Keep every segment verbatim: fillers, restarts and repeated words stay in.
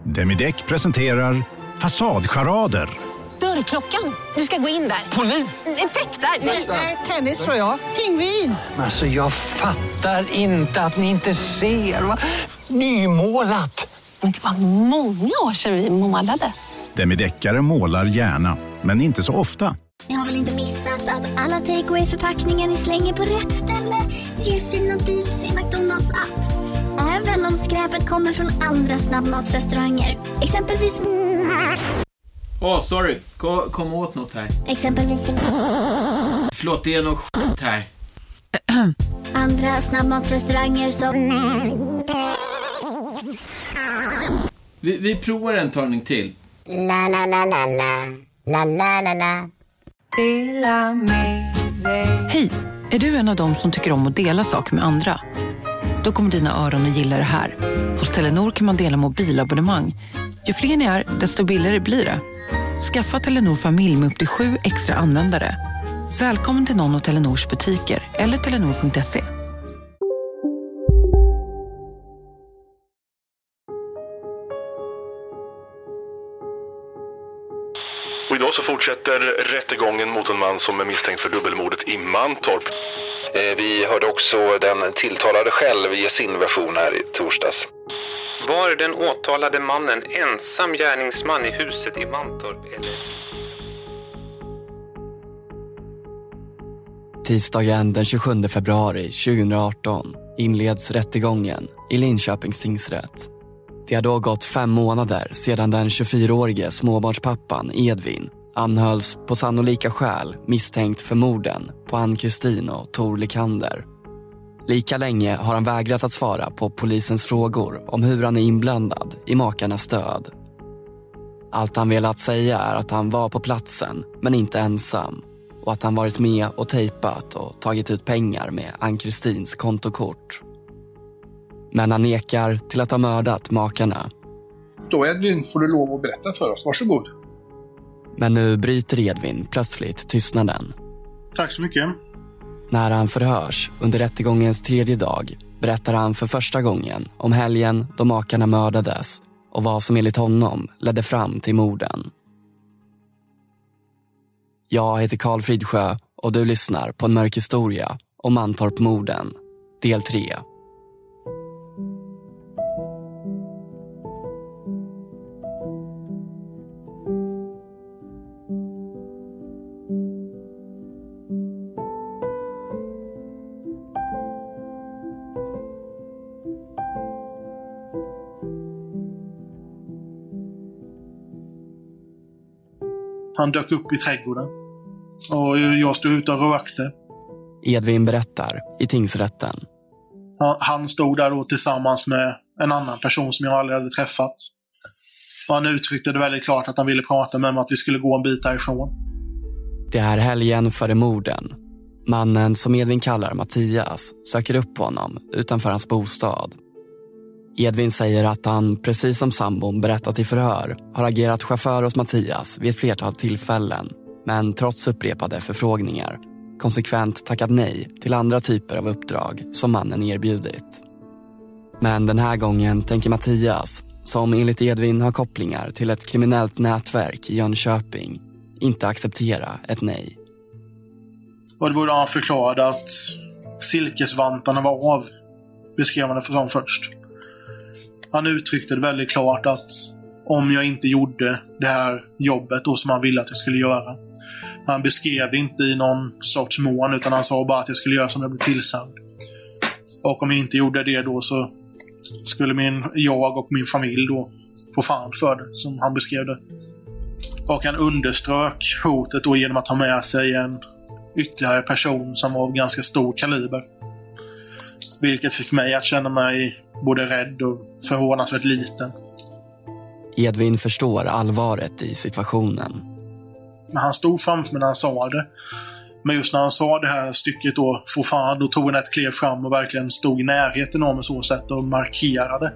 Demideck presenterar Fasadcharader. Dörrklockan. Du ska gå in där. Polis? Effektar? Nej, nej, tennis tror jag. Pingvin. Alltså jag fattar inte att ni inte ser. Va? Nymålat. Men det var många år sedan vi målade. Demideckare målar gärna, men inte så ofta. Ni har väl inte missat att alla takeaway-förpackningar ni slänger på rätt ställe ger fina deals i McDonalds app. Även om skräpet kommer från andra snabbmatsrestauranger. Exempelvis... Åh, oh, sorry. Kom, kom åt något här. Exempelvis... Förlåt, det är något skit här. Andra snabbmatsrestauranger som... Vi, vi provar en talning till. La la la la la. La la la la. Hej, är du en av dem som tycker om att dela saker med andra? Då kommer dina öron att gilla det här. Hos Telenor kan man dela mobilabonnemang. Ju fler ni är, desto billigare blir det. Skaffa Telenor familj med upp till sju extra användare. Välkommen till någon av Telenors butiker eller telenor punkt se. Och idag så fortsätter rättegången mot en man som är misstänkt för dubbelmordet i Mantorp. Eh, vi hörde också den tilltalade själv ge sin version här i torsdags. Var den åtalade mannen ensam gärningsman i huset i Mantorp eller? Tisdagen den tjugosjunde februari tjugohundraarton inleds rättegången i Linköpings tingsrätt. Det har då gått fem månader sedan den tjugofyraårige småbarnspappan Edvin anhölls på sannolika skäl misstänkt för morden på Ann-Kristin och Tor Likander. Lika länge har han vägrat att svara på polisens frågor om hur han är inblandad i makarnas död. Allt han velat säga är att han var på platsen men inte ensam och att han varit med och tejpat och tagit ut pengar med Ann-Kristins kontokort. Men han nekar till att ha mördat makarna. Då Edvin får du lov att berätta för oss, varsågod. Men nu bryter Edvin plötsligt tystnaden. Tack så mycket. När han förhörs under rättegångens tredje dag berättar han för första gången om helgen då makarna mördades och vad som enligt honom ledde fram till morden. Jag heter Karl Fridsjö och du lyssnar på en mörk historia om Mantorp-morden, del tre. Han dök upp i trädgården och jag stod ute och rökte. Edvin berättar i tingsrätten. Han stod där då tillsammans med en annan person som jag aldrig hade träffat. Och han uttryckte det väldigt klart att han ville prata med mig, att vi skulle gå en bit därifrån. Det är helgen före morden. Mannen som Edvin kallar Mattias söker upp honom utanför hans bostad. Edvin säger att han, precis som sambon berättat i förhör, har agerat chaufför hos Mattias vid ett flertal tillfällen, men trots upprepade förfrågningar konsekvent tackat nej till andra typer av uppdrag som mannen erbjudit. Men den här gången tänker Mattias, som enligt Edvin har kopplingar till ett kriminellt nätverk i Jönköping, inte acceptera ett nej. Och det var då han förklarade att silkesvantarna var av, beskrev han det för dem först. Han uttryckte det väldigt klart att om jag inte gjorde det här jobbet då som han ville att jag skulle göra. Han beskrev det inte i någon sorts mån, utan han sa bara att jag skulle göra som jag blev tillsagd. Och om jag inte gjorde det då så skulle min, jag och min familj då få fan för det, som han beskrev det. Och han underströk hotet då genom att ha med sig en ytterligare person som var av ganska stor kaliber. Vilket fick mig att känna mig både rädd och förvånansvärt liten. Edvin förstår allvaret i situationen. Men han stod framför mig när han sa det. Men just när han sa det här stycket då, få fan, då tog han ett kliv fram och verkligen stod i närheten av mig så sätt och markerade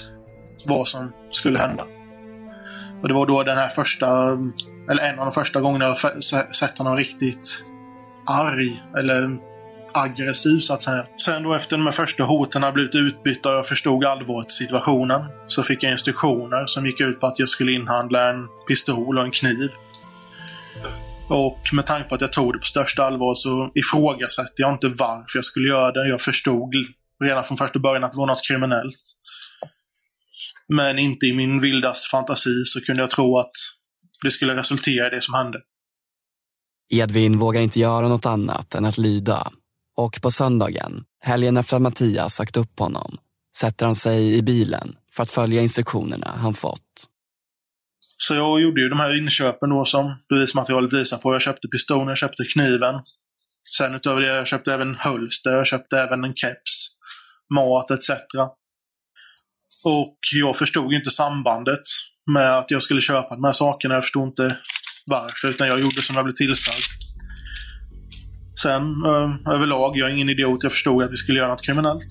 vad som skulle hända. Och det var då den här första, eller en av de första gångerna jag sett honom riktigt arg, eller aggressiv så att säga. Sen då efter de första hoten hade blivit utbytta och jag förstod allvaret i situationen, så fick jag instruktioner som gick ut på att jag skulle inhandla en pistol och en kniv. Och med tanke på att jag tog det på största allvar så ifrågasatte jag inte varför jag skulle göra det. Jag förstod redan från första början att det var något kriminellt. Men inte i min vildaste fantasi så kunde jag tro att det skulle resultera i det som hände. Edvin vågar inte göra något annat än att lyda. Och på söndagen, helgen efter att Mattias sagt upp honom, sätter han sig i bilen för att följa instruktionerna han fått. Så jag gjorde ju de här inköpen då som bevismaterialet visar på. Jag köpte pistolen, jag köpte kniven. Sen utöver det jag köpte även hölster, jag köpte även en keps, mat et cetera. Och jag förstod inte sambandet med att jag skulle köpa de här sakerna. Jag förstod inte varför, utan jag gjorde som jag blev tillsagd. Sen ö, överlag, jag är ingen idiot, jag förstod att vi skulle göra något kriminellt.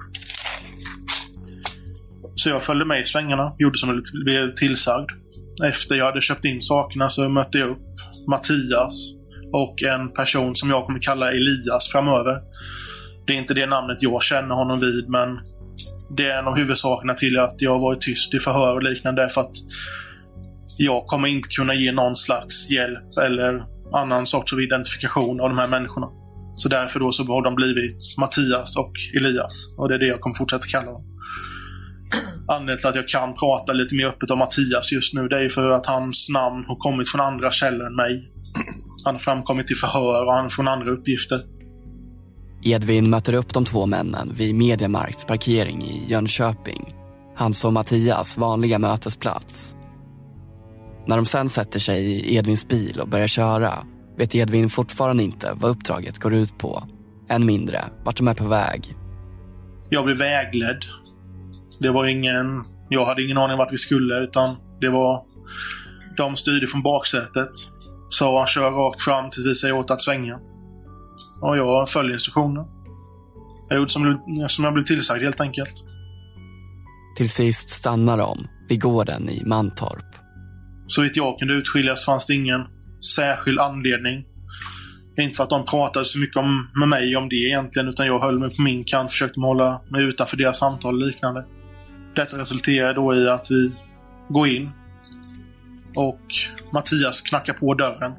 Så jag följde med i svängarna, gjorde som jag blev tillsagd. Efter jag hade köpt in sakerna så mötte jag upp Mattias och en person som jag kommer kalla Elias framöver. Det är inte det namnet jag känner honom vid, men det är en av huvudsakerna till att jag har varit tyst i förhör och liknande, för att jag kommer inte kunna ge någon slags hjälp eller annan sorts av identifikation av de här människorna. Så därför då så har de blivit Mattias och Elias, och det är det jag kommer fortsätta kalla dem. Anledningen till att jag kan prata lite mer öppet om Mattias just nu, det är för att hans namn har kommit från andra källor än mig. Han har framkommit i förhör och han från andra uppgifter. Edvin möter upp de två männen vid Mediamarkts parkering i Jönköping. Hans och Mattias vanliga mötesplats. När de sen sätter sig i Edvins bil och börjar köra vet Edvin fortfarande inte vad uppdraget går ut på. Än mindre vart de är på väg. Jag blev vägledd. Det var ingen... Jag hade ingen aning vart vi skulle, utan det var... De styrde från baksätet. Så han kör rakt fram tills vi säger åt att svänga. Och jag följde instruktionen. Jag gjorde som, som jag blev tillsagd helt enkelt. Till sist stannar de vid gården i Mantorp. Så vitt jag kunde utskiljas fanns det ingen särskild anledning. Inte för att de pratade så mycket om, med mig om det egentligen, utan jag höll mig på min kant, försökte hålla mig utanför deras samtal och liknande. Detta resulterar då i att vi går in och Mattias knackar på dörren.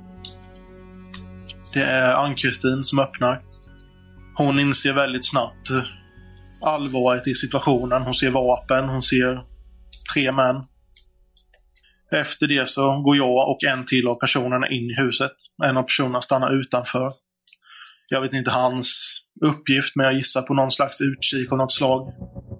Det är Ann-Kristin som öppnar. Hon inser väldigt snabbt allvaret i situationen. Hon ser vapen, hon ser tre män. Efter det så går jag och en till av personerna in i huset. En av personerna stannar utanför. Jag vet inte hans uppgift, men jag gissar på någon slags utkik av något slag.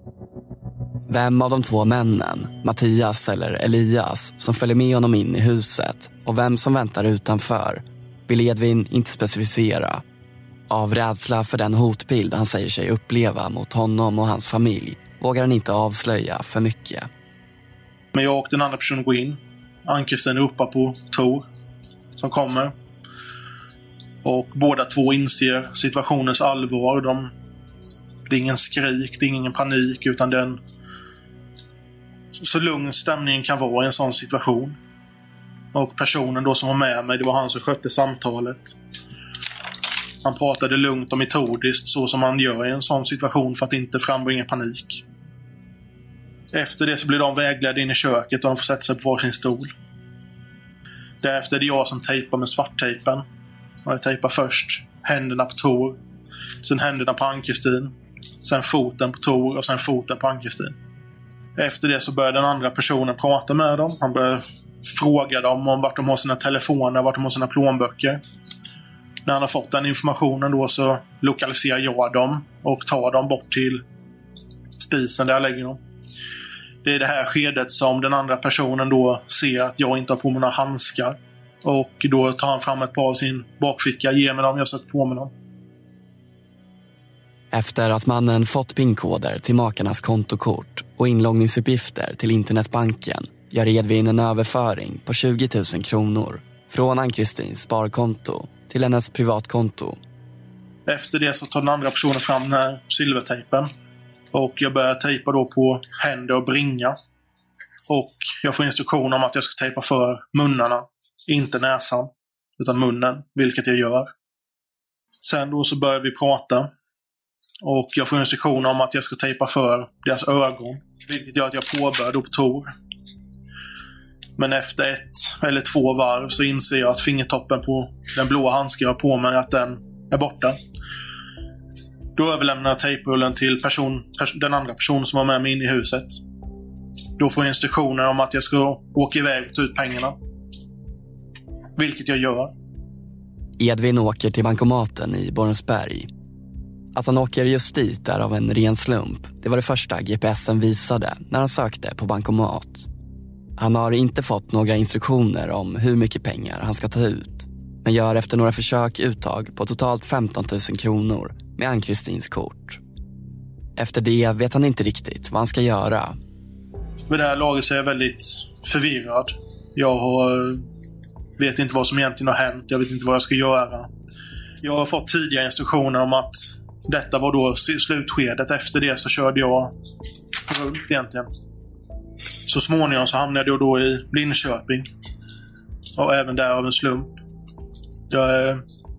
Vem av de två männen, Mattias eller Elias, som följer med honom in i huset och vem som väntar utanför vill Edvin inte specificera. Av rädsla för den hotbild han säger sig uppleva mot honom och hans familj vågar han inte avslöja för mycket. Men jag och den andra personen går in. Ann-Kristin ropar på Tor som kommer. Och båda två inser situationens allvar. De, det är ingen skrik, det är ingen panik, utan det är en så lugn stämningen kan vara i en sån situation. Och personen då som var med mig, det var han som skötte samtalet. Han pratade lugnt och metodiskt så som man gör i en sån situation för att inte frambringa panik. Efter det så blir de vägledda in i köket och de får sätta sig på varsin stol. Därefter är det jag som tejpar med svarttejpen. Jag tejpar först händerna på Tor, sen händerna på Ann-Kristin, sen foten på Tor och sen foten på Ann-Kristin. Efter det så börjar den andra personen prata med dem. Han börjar fråga dem om vart de har sina telefoner, vart de har sina plånböcker. När han har fått den informationen då så lokaliserar jag dem och tar dem bort till spisen där jag lägger dem. Det är det här skedet som den andra personen då ser att jag inte har på mig några handskar. Och då tar han fram ett par av sin bakficka, ger mig dem, jag sätter på mig dem. Efter att mannen fått pinkoder till makarnas kontokort och inloggningsuppgifter till internetbanken gör Edvin en överföring på tjugo tusen kronor från Ann-Kristins sparkonto till hennes privatkonto. Efter det så tar den andra personen fram den här silvertejpen. Och jag börjar tejpa då på händer och bringa. Och jag får instruktion om att jag ska tejpa för munnarna. Inte näsan, utan munnen, vilket jag gör. Sen då så börjar vi prata. Och jag får instruktioner om att jag ska tejpa för deras ögon. Vilket gör att jag påbörjar då på Tor. Men efter ett eller två varv så inser jag att fingertoppen på den blåa handsken jag har på mig, att den är borta. Då överlämnar jag tejprullen till person, pers- den andra personen som var med mig in i huset. Då får jag instruktioner om att jag ska åka iväg och ta ut pengarna. Vilket jag gör. Edvin åker till bankomaten i Borensberg. Att han åker just dit är av en ren slump. Det var det första G P S:en visade när han sökte på bankomat. Han har inte fått några instruktioner om hur mycket pengar han ska ta ut. Men gör efter några försök uttag på totalt femton tusen kronor med Ann-Kristins kort. Efter det vet han inte riktigt vad han ska göra. Vid det här laget så är jag väldigt förvirrad. Jag har, vet inte vad som egentligen har hänt. Jag vet inte vad jag ska göra. Jag har fått tidiga instruktioner om att detta var då slutskedet. Efter det så körde jag runt egentligen. Så småningom så hamnade jag då i Linköping. Och även där av en slump. Jag,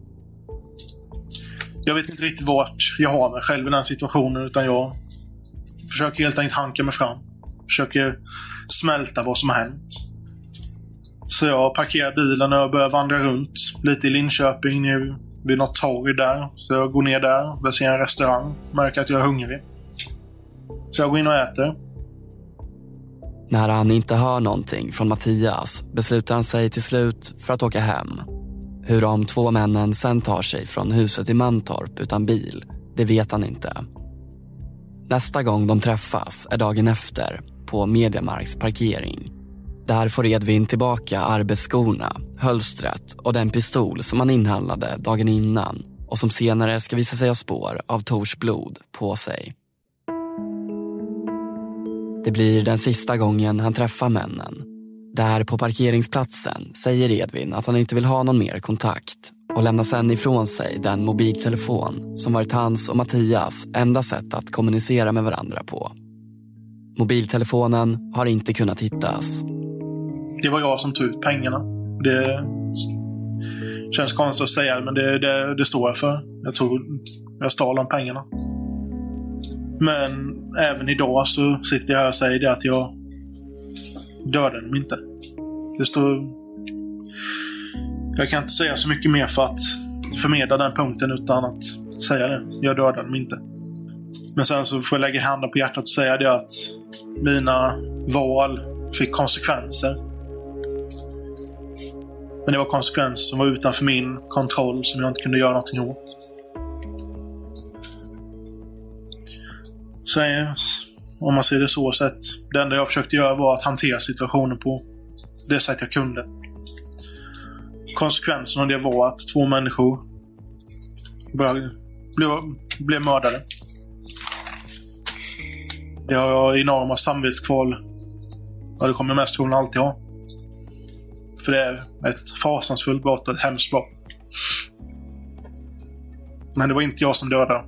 jag vet inte riktigt vart jag har mig själv i den situationen. Utan jag försöker helt enkelt hanka mig fram. Försöker smälta vad som har hänt. Så jag parkerar bilen och börjar vandra runt lite i Linköping, ner vid något torg där. Så jag går ner där, börjar se en restaurang, märker att jag är hungrig. Så jag går in och äter. När han inte hör någonting från Mattias beslutar han sig till slut för att åka hem. Hur de två männen sen tar sig från huset i Mantorp utan bil, det vet han inte. Nästa gång de träffas är dagen efter på Mediamarks parkering. Där får Edvin tillbaka arbetsskorna, hölstret och den pistol som han inhandlade dagen innan och som senare ska visa sig ha spår av Tors blod på sig. Det blir den sista gången han träffar männen. Där på parkeringsplatsen säger Edvin att han inte vill ha någon mer kontakt och lämnar sen ifrån sig den mobiltelefon som varit hans och Mattias enda sätt att kommunicera med varandra på. Mobiltelefonen har inte kunnat hittas. Det var jag som tog ut pengarna. Det känns konstigt att säga, men det, det, det står jag för. Jag tror jag stal de pengarna. Men även idag så sitter jag här och säger det att jag dödade dem inte. Det står... Jag kan inte säga så mycket mer för att förmedla den punkten utan att säga det. Jag dödade dem inte. Men sen så får jag lägga handen på hjärtat och säga det att mina val fick konsekvenser. Men det var konsekvenser som var utanför min kontroll som jag inte kunde göra någonting åt. Så om man ser det så sett, det enda jag försökte göra var att hantera situationen på det sätt jag kunde. Konsekvensen av det var att två människor blev, blev mördade. Det har jag enorma samvetskval. Och det kommer mest troligen alltid ha. För det är ett fasansfullt brott och ett hemskt brott. Men det var inte jag som dödade.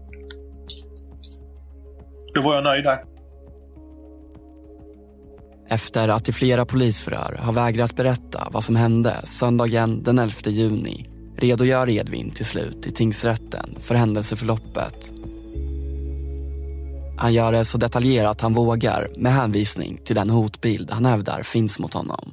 Då var jag nöjd där. Efter att i flera polisförhör har vägrat berätta vad som hände söndagen den elfte juni redogör Edvin till slut i tingsrätten för händelseförloppet. Han gör det så detaljerat han vågar med hänvisning till den hotbild han hävdar finns mot honom.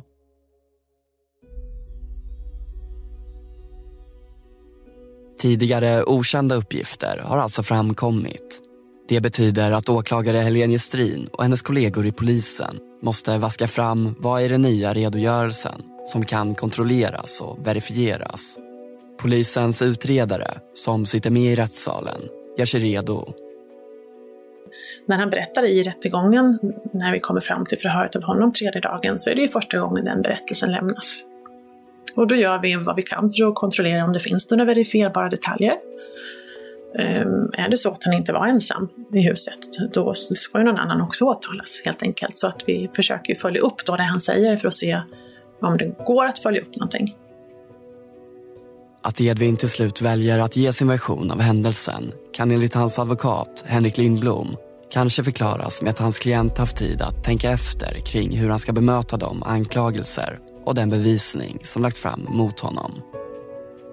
Tidigare okända uppgifter har alltså framkommit. Det betyder att åklagare Helene Gestrin och hennes kollegor i polisen måste vaska fram vad är den nya redogörelsen som kan kontrolleras och verifieras. Polisens utredare som sitter med i rättssalen gör sig redo. När han berättar i rättegången, när vi kommer fram till förhöret av honom tredje dagen, så är det ju första gången den berättelsen lämnas. Och då gör vi vad vi kan för att kontrollera om det finns några verifierbara detaljer. Um, är det så att han inte var ensam i huset, då ska ju någon annan också åtalas helt enkelt. Så att vi försöker följa upp då det han säger för att se om det går att följa upp någonting. Att Edvin till slut väljer att ge sin version av händelsen kan enligt hans advokat Henrik Lindblom kanske förklaras med att hans klient haft tid att tänka efter kring hur han ska bemöta de anklagelser och den bevisning som lagts fram mot honom.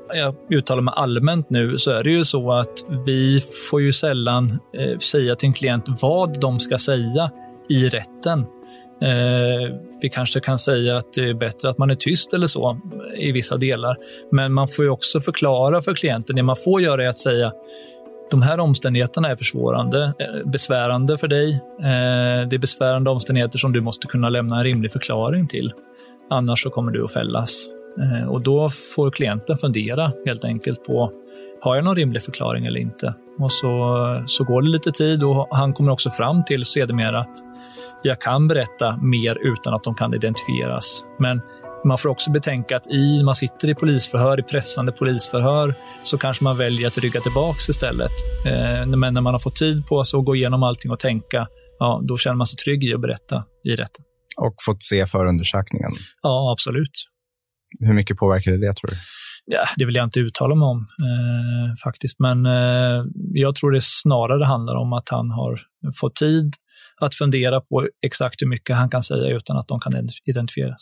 jag uttalar mig allmänt nu, så är det ju så att vi får ju sällan eh, säga till en klient vad de ska säga i rätten. Eh, vi kanske kan säga att det är bättre att man är tyst eller så i vissa delar. Men man får ju också förklara för klienten. Det man får göra är att säga: de här omständigheterna är försvårande, besvärande för dig. Eh, det är besvärande omständigheter som du måste kunna lämna en rimlig förklaring till. Annars så kommer du att fällas. Eh, och då får klienten fundera helt enkelt på: har jag någon rimlig förklaring eller inte? Och så, så går det lite tid och han kommer också fram till sedermera att jag kan berätta mer utan att de kan identifieras. Men man får också betänka att i, man sitter i polisförhör, i pressande polisförhör, så kanske man väljer att rygga tillbaks istället. Eh, men när man har fått tid på sig att gå igenom allting och tänka, ja, då känner man sig trygg i att berätta i rätten. Och fått se förundersökningen? Ja, absolut. Hur mycket påverkade det, tror du? Ja, det vill jag inte uttala mig om eh, faktiskt. Men eh, jag tror det snarare handlar om att han har fått tid att fundera på exakt hur mycket han kan säga utan att de kan identifieras.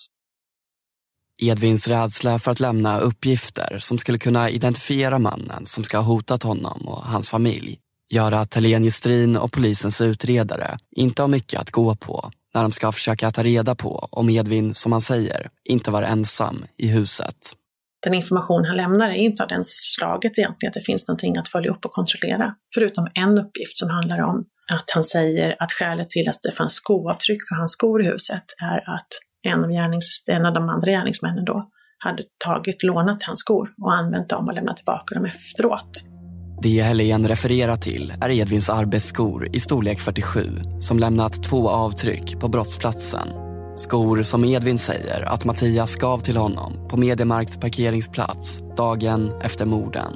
Edvins rädsla för att lämna uppgifter som skulle kunna identifiera mannen som ska ha hotat honom och hans familj gör att Helene Gestrin och polisens utredare inte har mycket att gå på när de ska försöka ta reda på om Edvin, som han säger, inte var ensam i huset. Den information han lämnar är inte av den slaget egentligen att det finns någonting att följa upp och kontrollera. Förutom en uppgift som handlar om att han säger att skälet till att det fanns skoavtryck för hans skor i huset är att en av, gärnings, en av de andra gärningsmännen då hade tagit, lånat hans skor och använt dem och lämnat tillbaka dem efteråt. Det Helene refererar till är Edvins arbetsskor i storlek fyrtiosju som lämnat två avtryck på brottsplatsen. Skor som Edvin säger att Mattias gav till honom på Mediemarks parkeringsplats dagen efter morden.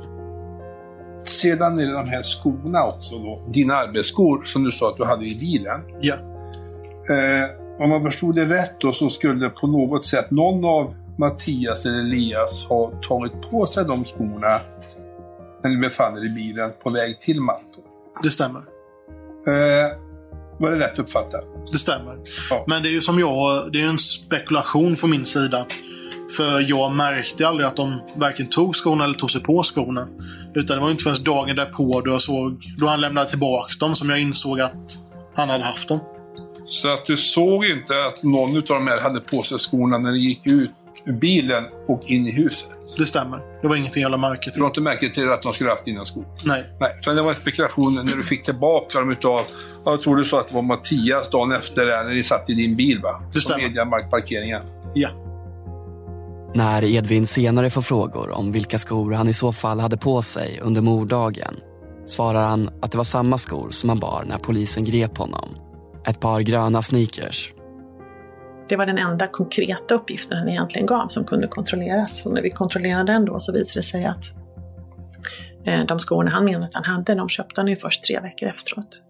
Sedan är det de här skorna också då. Dina arbetsskor som du sa att du hade i bilen. Ja. Eh, om man förstod det rätt då, så skulle på något sätt någon av Mattias eller Elias ha tagit på sig de skorna när ni befann er i bilen på väg till Mantorp. Det stämmer. Eh, var det rätt uppfattat? Det stämmer. Ja. Men det är ju som jag, det är en spekulation från min sida. För jag märkte aldrig att de varken tog skorna eller tog sig på skorna. Utan det var inte förrän dagen därpå då jag såg, då han lämnade tillbaka dem, som jag insåg att han hade haft dem. Så att du såg inte att någon av de här hade på sig skorna när de gick ut ur bilen och in i huset? Det stämmer. Det var ingenting jävla märket. Du har inte märkt till att de skulle haft dina skor? Nej. Nej, utan det var en spekulation när du fick tillbaka dem utav, jag tror du sa att det var Mattias dagen efter där när ni satt i din bil, va? Det stämmer. På Mediamark-parkeringen. Ja. När Edvin senare får frågor om vilka skor han i så fall hade på sig under morddagen svarar han att det var samma skor som han bar när polisen grep honom. Ett par gröna sneakers. Det var den enda konkreta uppgiften han egentligen gav som kunde kontrolleras. Och när vi kontrollerade den då så visade det sig att eh, de skorna han menade att han hade, de köpte han ju först tre veckor efteråt.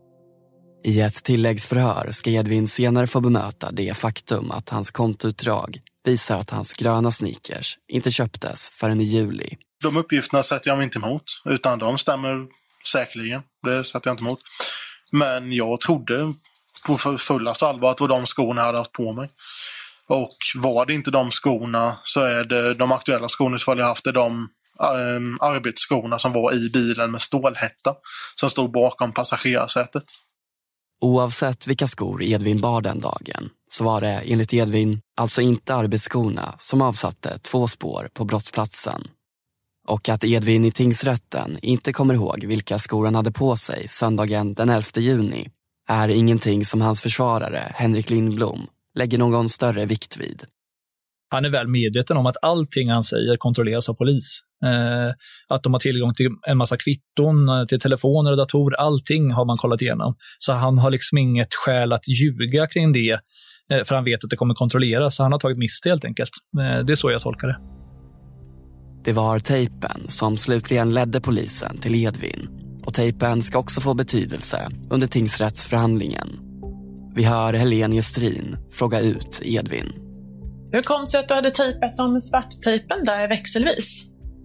I ett tilläggsförhör ska Edvin senare få bemöta det faktum att hans kontoutdrag visar att hans gröna sneakers inte köptes förrän i juli. De uppgifterna sätter jag mig inte emot, utan de stämmer säkerligen. Det sätter jag inte emot. Men jag trodde på fullast allvar att det var de skorna jag hade haft på mig. Och var det inte de skorna så är det de aktuella skorna som jag haft, är de um, arbetsskorna som var i bilen med stålhätta som stod bakom passagerarsätet. Oavsett vilka skor Edvin bar den dagen så var det enligt Edvin alltså inte arbetsskorna som avsatte två spår på brottsplatsen. Och att Edvin i tingsrätten inte kommer ihåg vilka skor han hade på sig söndagen den elfte juni är ingenting som hans försvarare Henrik Lindblom lägger någon större vikt vid. Han är väl medveten om att allting han säger kontrolleras av polis. Eh, att de har tillgång till en massa kvitton, till telefoner och datorer, allting har man kollat igenom. Så han har liksom inget skäl att ljuga kring det, eh, för han vet att det kommer kontrolleras. Så han har tagit miste helt enkelt. Eh, det är så jag tolkar det. Det var tejpen som slutligen ledde polisen till Edvin. Och tejpen ska också få betydelse under tingsrättsförhandlingen. Vi hör Helene Gestrin fråga ut Edvin. Hur kom det sig att du hade tejpat de svarttejpen där växelvis?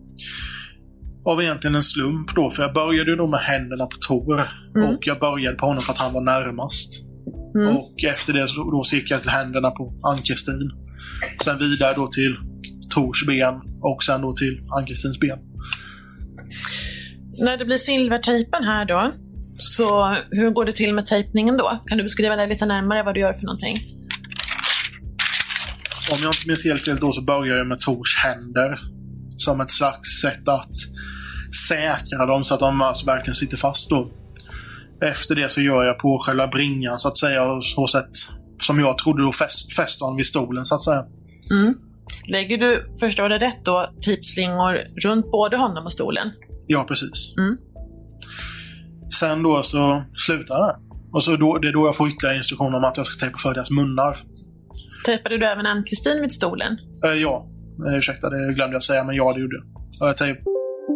Av egentligen en slump då, för jag började då med händerna på Tor. Mm. Och jag började på honom för att han var närmast. Mm. Och efter det så då gick jag till händerna på Ann-Kristin. Sen vidare då till Tors ben och sen då till Ann-Kristins ben. När det blir silvertejpen här då, så hur går det till med tejpningen då? Kan du beskriva det lite närmare vad du gör för någonting? Om jag inte minns helt fel då så börjar jag med Tors händer som ett slags sätt att säkra dem så att de alltså verkligen sitter fast då. Efter det så gör jag på själva bringan så att säga och så sätt som jag trodde då fäst, fäste honom vid stolen så att säga. Mm. Lägger du, förstår det rätt då, tejpslingor runt både honom och stolen? Ja, precis. Mm. Sen då så slutar det. Och så då, det är då jag får ytterligare instruktioner om att jag ska tejpa för deras munnar. Tejpade du även Ann-Kristin vid stolen? Eh, ja, eh, ursäkta det glömde jag säga, men ja det gjorde jag. jag tejp-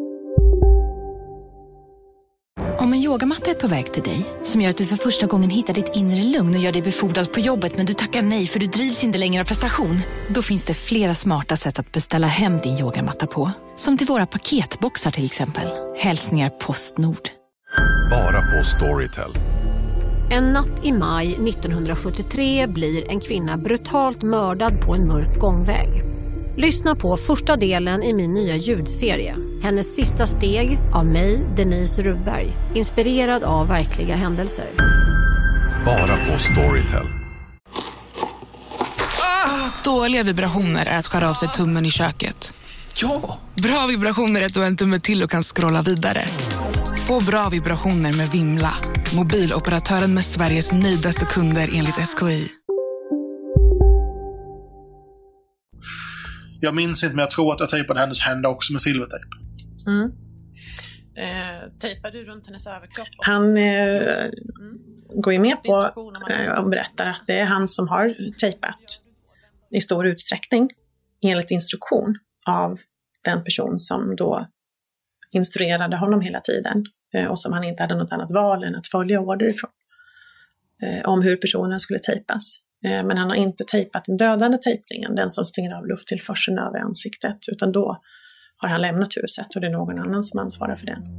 Om en yogamatta är på väg till dig, som gör att du för första gången hittar ditt inre lugn och gör dig befordrad på jobbet men du tackar nej för du drivs inte längre av prestation, då finns det flera smarta sätt att beställa hem din yogamatta på. Som till våra paketboxar till exempel. Hälsningar Postnord. Bara på Storytel. En natt i maj nittonhundrasjuttiotre blir en kvinna brutalt mördad på en mörk gångväg. Lyssna på första delen i min nya ljudserie. Hennes sista steg av mig, Denise Rubberg. Inspirerad av verkliga händelser. Bara på Storytel. Ah, dåliga vibrationer är att skära av sig tummen i köket. Ja! Bra vibrationer är att du har en tumme till och kan scrolla vidare. Få bra vibrationer med Vimla. Mobiloperatören med Sveriges nöjdaste kunder enligt S K I. Jag minns inte, men jag tror att jag tejpade hennes händer också med silvertejp. Mm. Eh, tejpar du runt hennes överkropp? Han eh, mm. går ju med på eh, och berättar att det är han som har tejpat i stor utsträckning enligt instruktion av den person som då instruerade honom hela tiden eh, och som han inte hade något annat val än att följa order ifrån eh, om hur personen skulle tejpas. Men han har inte tejpat den dödande tejpningen, den som stänger av lufttillförseln över ansiktet, utan då har han lämnat huset och det är någon annan som ansvarar för den.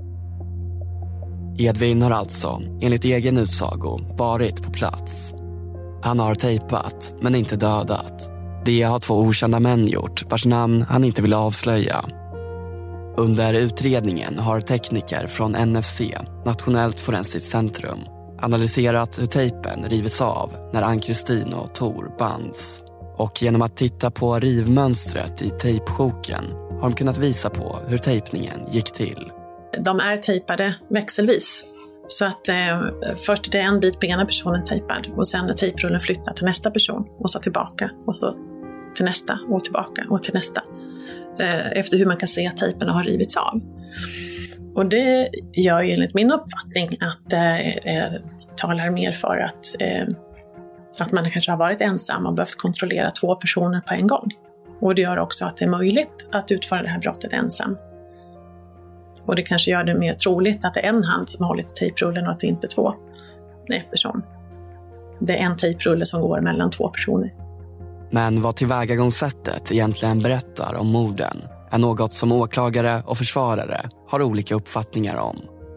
Edvin har alltså, enligt egen utsago, varit på plats. Han har tejpat, men inte dödat. Det har två okända män gjort, vars namn han inte vill avslöja. Under utredningen har tekniker från N F C, Nationellt Forensiskt Centrum, analyserat hur tejpen rivits av när Ann-Kristin och Tor bands. Och genom att titta på rivmönstret i tejpsjoken har de kunnat visa på hur tejpningen gick till. De är tejpade växelvis. Så att eh, först är det en bit på ena personen tejpad och sen är tejprullen flyttad till nästa person och så tillbaka och så till nästa och tillbaka och till nästa. Eh, efter hur man kan se att tejperna har rivits av. Och det gör ju enligt min uppfattning att det eh, talar mer för att, eh, att man kanske har varit ensam och behövt kontrollera två personer på en gång. Och det gör också att det är möjligt att utföra det här brottet ensam. Och det kanske gör det mer troligt att det är en hand som har hållit i tejprullen och att det inte är två. Eftersom det är en tejprulle som går mellan två personer. Men vad tillvägagångssättet egentligen berättar om morden är något som åklagare och försvarare har olika uppfattningar om.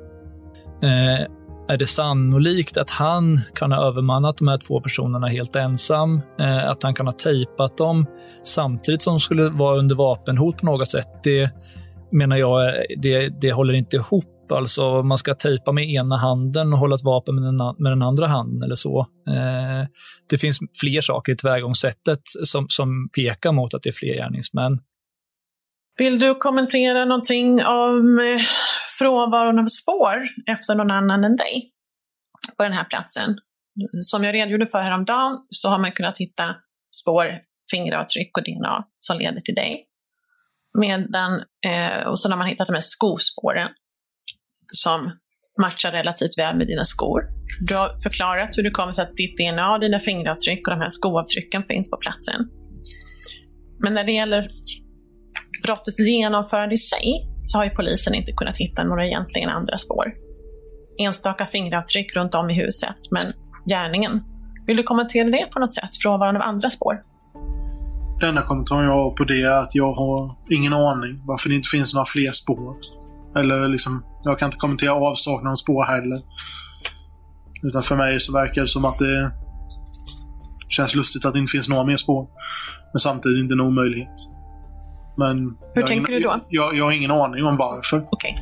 Eh, är det sannolikt att han kan ha övermannat de här två personerna helt ensam? Eh, att han kan ha tejpat dem samtidigt som de skulle vara under vapenhot på något sätt? Det menar jag, det, det håller inte ihop. Alltså man ska tejpa med ena handen och hålla ett vapen med den, med den andra handen eller så. Eh, det finns fler saker i tillvägagångssättet som, som pekar mot att det är fler gärningsmän. Vill du kommentera någonting om eh, frånvaron av spår efter någon annan än dig på den här platsen? Som jag redogjorde för häromdagen så har man kunnat hitta spår, fingeravtryck och D N A som leder till dig. Medan, eh, och så har man hittat de här skospåren som matchar relativt väl med dina skor. Du har förklarat hur det kommer sig att ditt D N A, dina fingeravtryck och de här skoavtrycken finns på platsen. Men när det gäller brottets genomförande i sig så har ju polisen inte kunnat hitta några egentligen andra spår. Enstaka fingeravtryck runt om i huset, men gärningen. Vill du kommentera det på något sätt, frånvaron av andra spår? Den enda kommentaren jag har på det är att jag har ingen aning varför det inte finns några fler spår. Eller liksom, jag kan inte kommentera avsaknad av spår heller. Utan för mig så verkar det som att det känns lustigt att det inte finns några mer spår. Men samtidigt inte en omöjlighet. Men Hur jag tänker ingen, du då? Jag, jag har ingen aning om varför. Okej.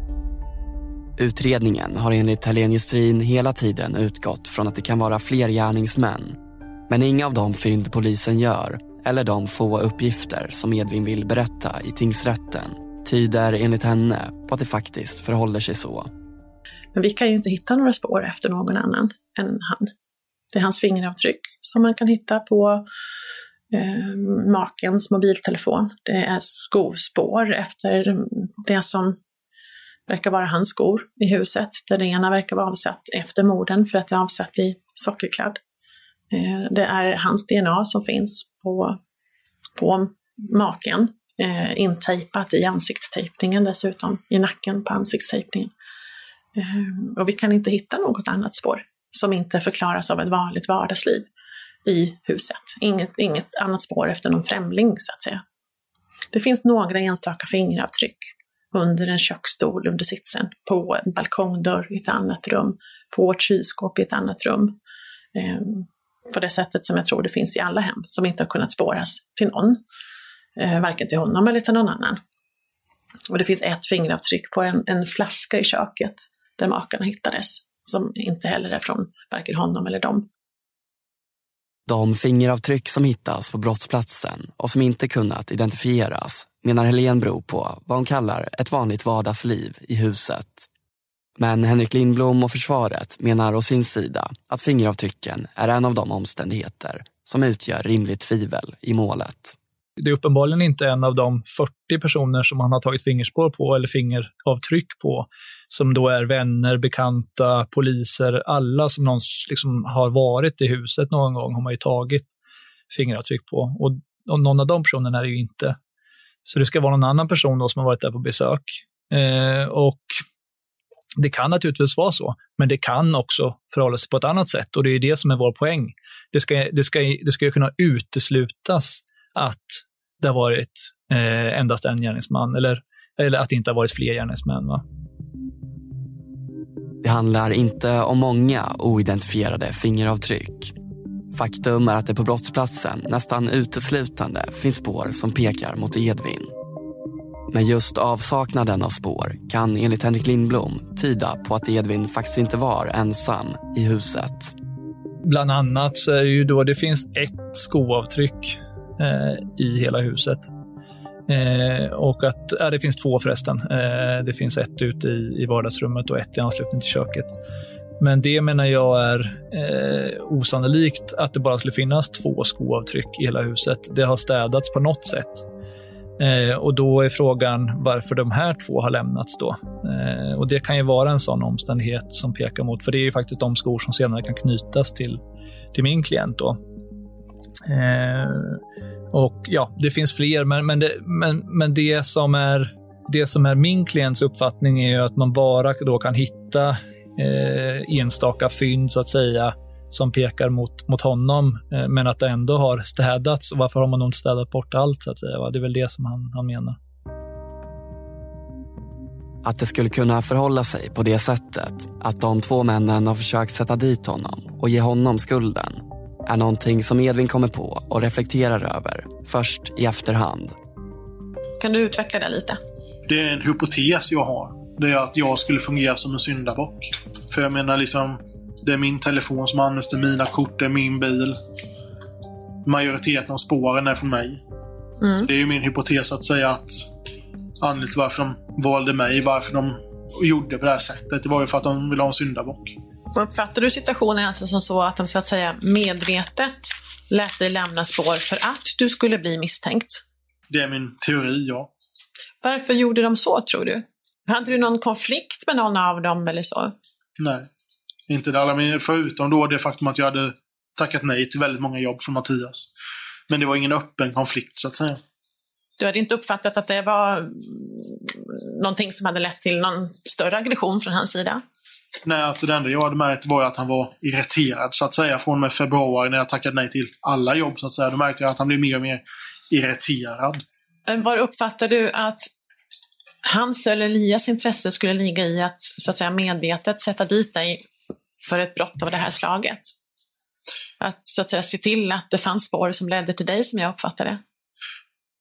Utredningen har enligt Helene Gestrin hela tiden utgått från att det kan vara fler gärningsmän. Men inga av de fynd polisen gör, eller de få uppgifter som Edvin vill berätta i tingsrätten, tyder enligt henne på att det faktiskt förhåller sig så. Men vi kan ju inte hitta några spår efter någon annan än han. Det är hans fingeravtryck som man kan hitta på eh, makens mobiltelefon. Det är skospår efter det som verkar vara hans skor i huset. Där det ena verkar vara avsatt efter morden för att det är avsatt i sockerkladd. Eh, det är hans D N A som finns på, på maken. Eh, intejpat i ansiktstejpningen dessutom. I nacken på ansiktstejpningen. Eh, och vi kan inte hitta något annat spår som inte förklaras av ett vanligt vardagsliv i huset. Inget, inget annat spår efter någon främling så att säga. Det finns några enstaka fingeravtryck under en köksstol under sitsen, på en balkongdörr i ett annat rum, på ett kylskåp i ett annat rum. Eh, på det sättet som jag tror det finns i alla hem som inte har kunnat spåras till någon. Eh, varken till honom eller till någon annan. Och det finns ett fingeravtryck på en, en flaska i köket där makarna hittades, som inte heller är från varken honom eller dem. De fingeravtryck som hittas på brottsplatsen och som inte kunnat identifieras menar Helene beror på vad hon kallar ett vanligt vardagsliv i huset. Men Henrik Lindblom och försvaret menar å sin sida att fingeravtrycken är en av de omständigheter som utgör rimligt tvivel i målet. Det är uppenbarligen inte en av de fyrtio personer som han har tagit fingerspår på eller fingeravtryck på som då är vänner, bekanta, poliser, alla som någon liksom har varit i huset någon gång har man ju tagit fingeravtryck på. Och, och någon av de personerna är det ju inte. Så det ska vara någon annan person då som har varit där på besök. Eh, och det kan naturligtvis vara så, men det kan också förhålla sig på ett annat sätt och det är det som är vår poäng. Det ska, det ska, det ska kunna uteslutas att det har varit eh, endast en gärningsman eller, eller att det inte har varit fler gärningsmän. Va? Det handlar inte om många oidentifierade fingeravtryck. Faktum är att det på brottsplatsen nästan uteslutande finns spår som pekar mot Edvin. Men just avsaknaden av spår kan enligt Henrik Lindblom tyda på att Edvin faktiskt inte var ensam i huset. Bland annat så är det ju då det finns ett skoavtryck i hela huset. Eh, och att, ja, det finns två förresten. Eh, det finns ett ute i, i vardagsrummet och ett i anslutning till köket. Men det menar jag är eh, osannolikt att det bara skulle finnas två skoavtryck i hela huset. Det har städats på något sätt. Eh, och då är frågan varför de här två har lämnats då. Eh, och det kan ju vara en sån omständighet som pekar mot, för det är ju faktiskt de skor som senare kan knytas till, till min klient då. Eh, och ja, det finns fler men, men, det, men, men det som är det som är min klients uppfattning är ju att man bara då kan hitta eh, enstaka fynd så att säga som pekar mot, mot honom eh, men att det ändå har städats. Och varför har man nog inte städat bort allt så att säga? Va? Det är väl det som han, han menar. Att det skulle kunna förhålla sig på det sättet att de två männen har försökt sätta dit honom och ge honom skulden är någonting som Edvin kommer på och reflekterar över först i efterhand. Kan du utveckla det lite? Det är en hypotes jag har. Det är att jag skulle fungera som en syndabock. För jag menar liksom, det är min telefon som används till mina kort, det är min bil. Majoriteten av spåren är från mig. Mm. Så det är ju min hypotes att säga att anledningen till varför de valde mig, varför de gjorde på det här sättet, det var ju för att de ville ha en syndabock. Uppfattar du situationen alltså som så att de så att säga medvetet lät dig lämna spår för att du skulle bli misstänkt? Det är min teori, ja. Varför gjorde de så, tror du? Hade du någon konflikt med någon av dem eller så? Nej, inte det. Men förutom då det faktum att jag hade tackat nej till väldigt många jobb från Mattias. Men det var ingen öppen konflikt så att säga. Du hade inte uppfattat att det var någonting som hade lett till någon större aggression från hans sida? Nej, alltså det enda jag hade märkt var att han var irriterad så att säga från med februari när jag tackade nej till alla jobb så att säga. Då märkte jag att han blev mer och mer irriterad. Var uppfattar du att hans eller Elias intresse skulle ligga i att så att säga medvetet sätta dit dig för ett brott av det här slaget? Att så att säga se till att det fanns spår som ledde till dig som jag uppfattade det?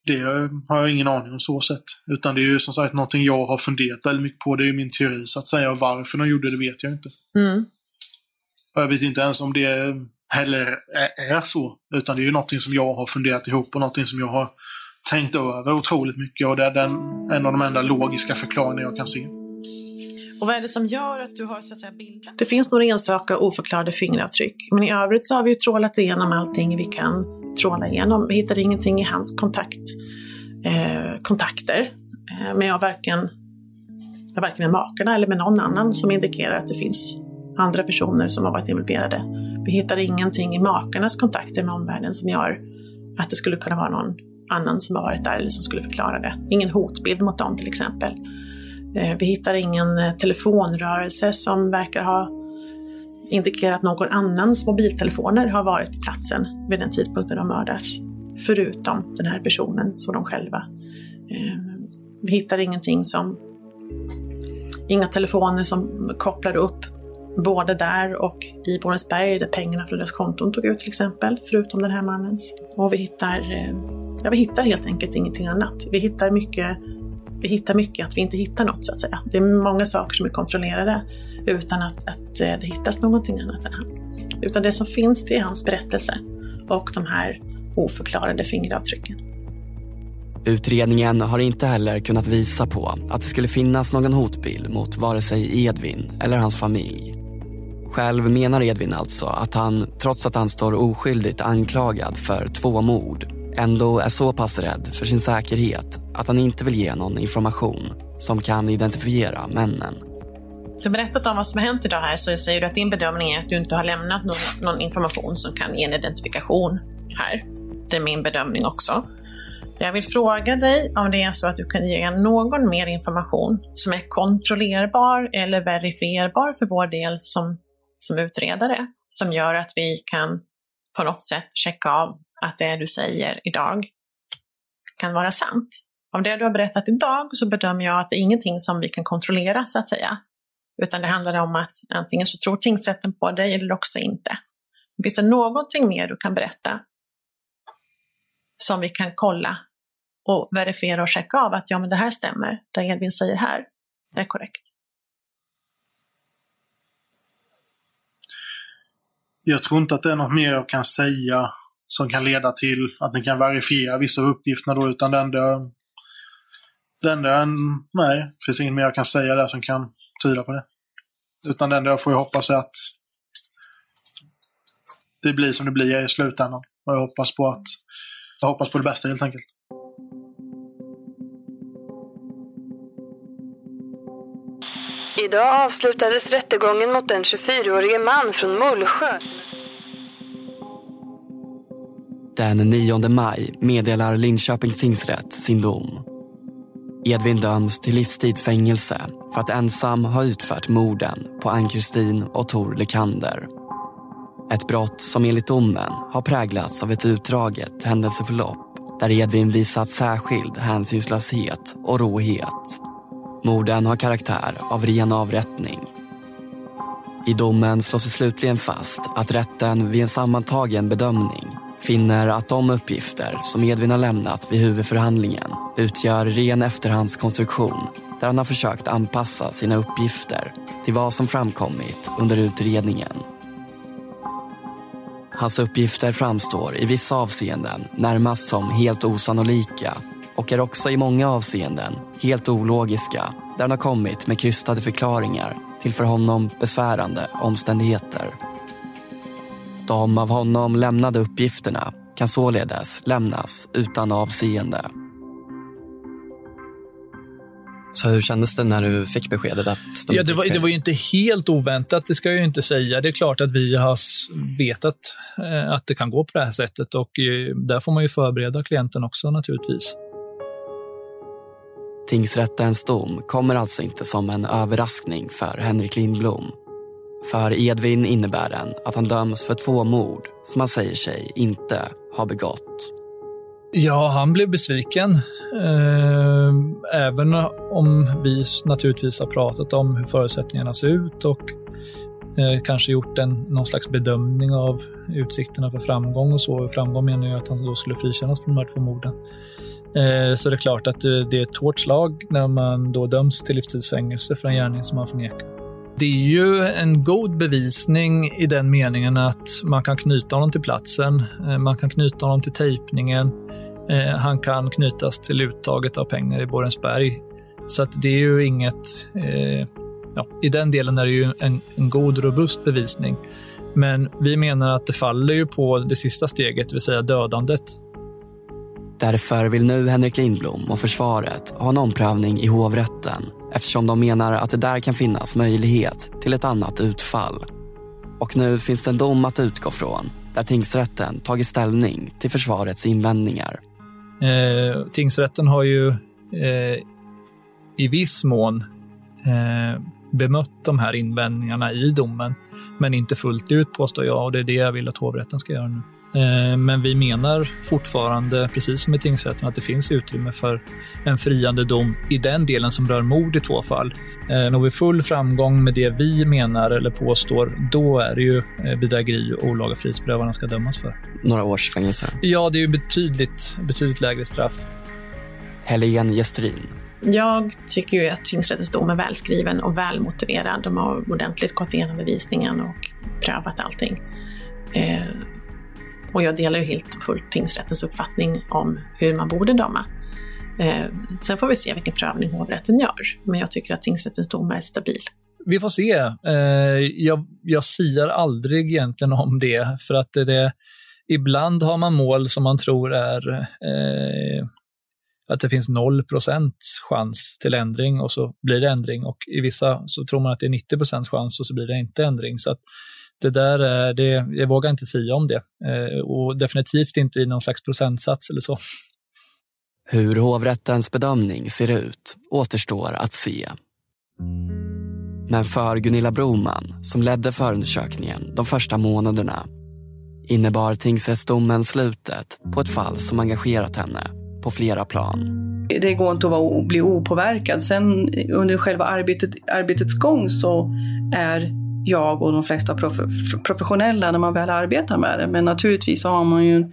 Det har jag ingen aning om så sätt. Utan det är ju som sagt någonting jag har funderat väldigt mycket på. Det är ju min teori så att säga. Varför de gjorde det vet jag inte. Mm. Och jag vet inte ens om det heller är så. Utan det är ju någonting som jag har funderat ihop och någonting som jag har tänkt över otroligt mycket. Och det är den, en av de enda logiska förklaringarna jag kan se. Och vad är det som gör att du har så att säga bilden? Det finns några enstaka oförklarade fingeravtryck. Men i övrigt så har vi ju trålat igenom allting vi kan tråla igenom. Vi hittade ingenting i hans kontakt, eh, kontakter. Eh, men jag varken, jag varken med makarna eller med någon annan som indikerar att det finns andra personer som har varit involverade. Vi hittade ingenting i makarnas kontakter med omvärlden som gör att det skulle kunna vara någon annan som har varit där eller som skulle förklara det. Ingen hotbild mot dem till exempel. Vi hittar ingen telefonrörelse som verkar ha indikerat att någon annans mobiltelefoner har varit på platsen vid den tidpunkten de mördas. Förutom den här personen, så de själva. Vi hittar ingenting som... Inga telefoner som kopplar upp både där och i Borensberg där pengarna från deras konton tog ut till exempel. Förutom den här mannens. Och vi hittar... Ja, vi hittar helt enkelt ingenting annat. Vi hittar mycket... Vi hittar mycket att vi inte hittar något så att säga. Det är många saker som är kontrollerade utan att, att det hittas någonting annat än han. Utan det som finns det är hans berättelse och de här oförklarade fingeravtrycken. Utredningen har inte heller kunnat visa på att det skulle finnas någon hotbild mot vare sig Edvin eller hans familj. Själv menar Edvin alltså att han, trots att han står oskyldigt anklagad för två mord, ändå är så pass rädd för sin säkerhet att han inte vill ge någon information som kan identifiera männen. Så berättat om vad som har hänt idag här så säger du att din bedömning är att du inte har lämnat någon, någon information som kan ge en identifikation här. Det är min bedömning också. Jag vill fråga dig om det är så att du kan ge någon mer information som är kontrollerbar eller verifierbar för vår del som, som utredare. Som gör att vi kan på något sätt checka av att det du säger idag kan vara sant. Av det du har berättat idag så bedömer jag att det är ingenting som vi kan kontrollera så att säga. Utan det handlar om att antingen så tror tingsrätten på dig eller också inte. Finns det någonting mer du kan berätta som vi kan kolla och verifiera och checka av att ja men det här stämmer, det Edvin säger här är korrekt? Jag tror inte att det är något mer jag kan säga som kan leda till att ni kan verifiera vissa uppgifter då, utan den där, den där, nej, det finns inget mer jag kan säga där som kan tyda på det. Utan den där får jag hoppas att det blir som det blir i slutändan. Och jag hoppas på att jag hoppas på det bästa helt enkelt. Idag avslutades rättegången mot en tjugofyraårige man från Mullsjö. Den nionde maj meddelar Linköpings tingsrätt sin dom. Edvin döms till livstidsfängelse för att ensam ha utfört morden på Ann-Kristin och Tor Lekander. Ett brott som enligt domen har präglats av ett utdraget händelseförlopp där Edvin visat särskild hänsynslöshet och råhet. Morden har karaktär av ren avrättning. I domen slås det slutligen fast att rätten vid en sammantagen bedömning finner att de uppgifter som Edvin har lämnat vid huvudförhandlingen utgör ren efterhandskonstruktion där han har försökt anpassa sina uppgifter till vad som framkommit under utredningen. Hans uppgifter framstår i vissa avseenden närmast som helt osannolika och är också i många avseenden helt ologiska där han har kommit med krystade förklaringar till för honom besvärande omständigheter. De av honom lämnade uppgifterna kan således lämnas utan avseende. Så hur kändes det när du fick beskedet att... De ja, det, var, det var ju inte helt oväntat, det ska jag ju inte säga. Det är klart att vi har vetat eh, att det kan gå på det här sättet och eh, där får man ju förbereda klienten också naturligtvis. Tingsrättens dom kommer alltså inte som en överraskning för Henrik Lindblom. För Edvin innebär den att han döms för två mord som han säger sig inte ha begått. Ja, han blev besviken. Eh, även om vi naturligtvis har pratat om hur förutsättningarna ser ut och eh, kanske gjort en, någon slags bedömning av utsikterna för framgång och så. Framgång menar ju att han då skulle frikännas från de här två morden. Eh, så det är klart att det, det är ett hårt slag när man då döms till livstidsfängelse för en gärning som man förnekar. Det är ju en god bevisning i den meningen att man kan knyta honom till platsen, eh, man kan knyta honom till tejpningen, eh, han kan knytas till uttaget av pengar i Borensberg. Så att det är ju inget, eh, ja, i den delen är det ju en, en god, robust bevisning. Men vi menar att det faller ju på det sista steget, det vill säga dödandet. Därför vill nu Henrik Lindblom och försvaret ha en omprövning i hovrätten, eftersom de menar att det där kan finnas möjlighet till ett annat utfall. Och nu finns det en dom att utgå från, där tingsrätten tagit ställning till försvarets invändningar. Eh, tingsrätten har ju eh, i viss mån eh, bemött de här invändningarna i domen, men inte fullt ut, påstår jag, och det är det jag vill att hovrätten ska göra nu. Eh, men vi menar fortfarande, precis som i tingsrätten, att det finns utrymme för en friande dom i den delen som rör mord i två fall. Eh, når vi full framgång med det vi menar eller påstår, då är det ju eh, bedrägeri och olaga frihetsberövande ska dömas för. Några års fängelse? Ja, det är ju betydligt, betydligt lägre straff. Helene Gestrin. Jag tycker ju att tingsrättens dom är välskriven och välmotiverad. De har ordentligt gått igenom bevisningen och prövat allting. Eh, och jag delar ju helt och fullt tingsrättens uppfattning om hur man borde döma. Eh, sen får vi se vilken prövning hovrätten gör. Men jag tycker att tingsrättens dom är stabil. Vi får se. Eh, jag, jag siar aldrig egentligen om det. För att det, det, ibland har man mål som man tror är... Eh, att det finns noll procent chans till ändring och så blir det ändring, och i vissa så tror man att det är nittio procent chans och så blir det inte ändring. Så att det där, det, jag vågar inte säga om det, och definitivt inte i någon slags procentsats eller så. Hur hovrättens bedömning ser ut återstår att se. Men för Gunilla Broman, som ledde förundersökningen de första månaderna, innebar tingsrättsdomen slutet på ett fall som engagerat henne på flera plan. Det går inte att vara, bli opåverkad. Sen under själva arbetet, arbetets gång så är jag och de flesta prof, professionella när man väl arbetar med det. Men naturligtvis så har man ju en,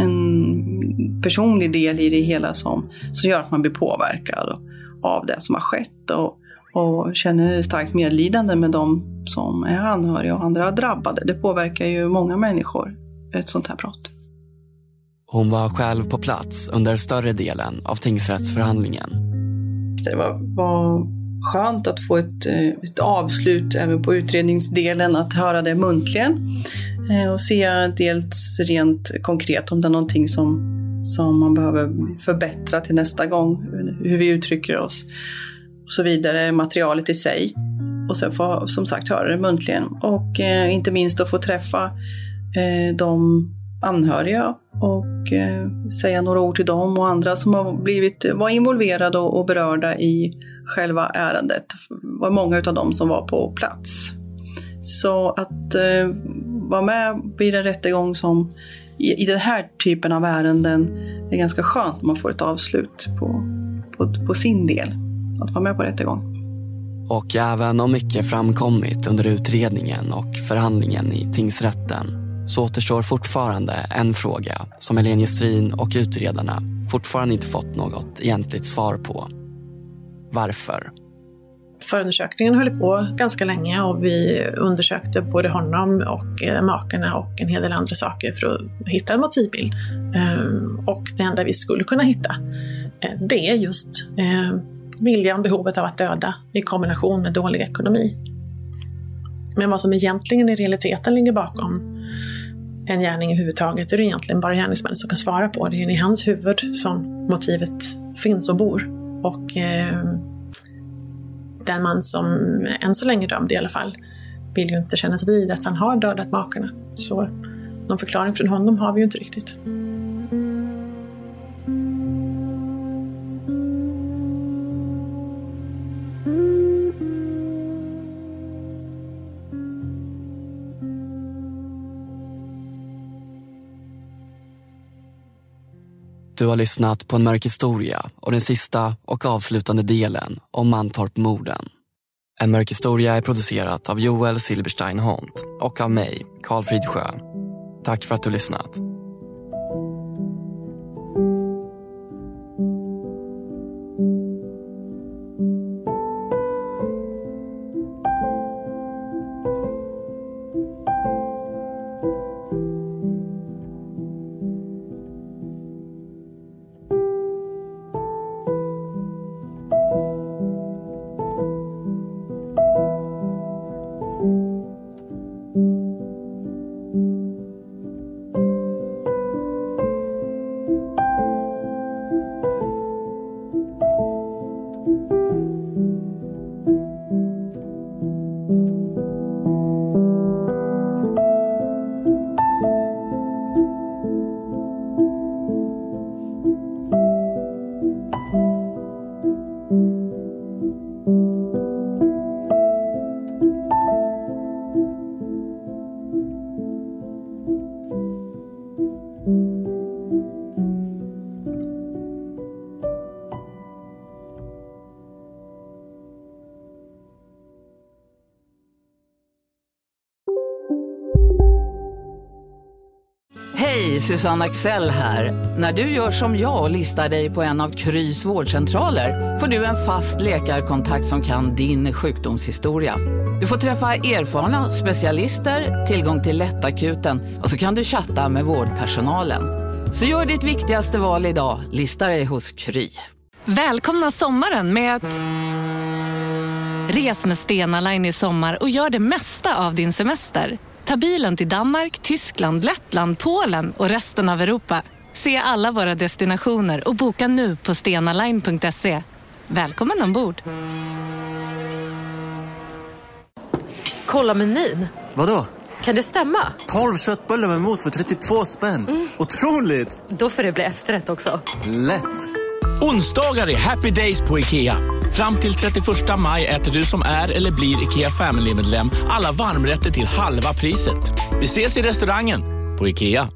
en personlig del i det hela som, som gör att man blir påverkad av det som har skett och, och känner starkt medlidande med de som är anhöriga och andra drabbade. Det påverkar ju många människor, ett sånt här brott. Hon var själv på plats under större delen av tingsrättsförhandlingen. Det var, var skönt att få ett, ett avslut även på utredningsdelen, att höra det muntligen och se dels rent konkret om det är någonting som, som man behöver förbättra till nästa gång, hur vi uttrycker oss och så vidare, materialet i sig. Och sen få, som sagt, höra det muntligen och eh, inte minst att få träffa eh, de anhöriga och eh, säga några ord till dem och andra som har blivit, var involverade och, och berörda i själva ärendet. Det var många av dem som var på plats. Så att eh, vara med vid en rättegång som i, i den här typen av ärenden är ganska skönt när man får ett avslut på, på, på sin del. Att vara med på rättegång. Och även om mycket framkommit under utredningen och förhandlingen i tingsrätten, så återstår fortfarande en fråga som Helene Gestrin och utredarna fortfarande inte fått något egentligt svar på. Varför? Förundersökningen höll på ganska länge och vi undersökte både honom och makarna och en hel del andra saker för att hitta en motivbild. Och det enda vi skulle kunna hitta, det är just viljan, behovet av att döda i kombination med dålig ekonomi. Men vad som egentligen i realiteten ligger bakom en gärning i huvudtaget är det egentligen bara gärningsmännen som kan svara på. Det är i hans huvud som motivet finns och bor. Och eh, den man som än så länge dömd i alla fall vill ju inte kännas vid att han har dödat makarna. Så någon förklaring från honom har vi ju inte riktigt. Du har lyssnat på En mörk historia och den sista och avslutande delen om Mantorp-morden. En mörk historia är producerat av Joel Silberstein Hont och av mig, Karl Fridsjö. Tack för att du lyssnat. Hej, Susanne Axel här. När du gör som jag och listar dig på en av Krys vårdcentraler får du en fast läkarkontakt som kan din sjukdomshistoria. Du får träffa erfarna specialister, tillgång till lättakuten och så kan du chatta med vårdpersonalen. Så gör ditt viktigaste val idag, lista dig hos Kry. Välkomna sommaren med att... Res med Stena Line i sommar och gör det mesta av din semester. Ta bilen till Danmark, Tyskland, Lettland, Polen och resten av Europa. Se alla våra destinationer och boka nu på stenaline punkt se. Välkommen ombord! Kolla menyn. Vadå? Kan det stämma? tolv köttbullar med mos för trettiotvå spänn. Mm. Otroligt! Då får det bli efterrätt också. Lätt! Onsdagar är happy days på IKEA. Fram till trettioförsta maj äter du som är eller blir IKEA Family-medlem alla varmrätter till halva priset. Vi ses i restaurangen på IKEA.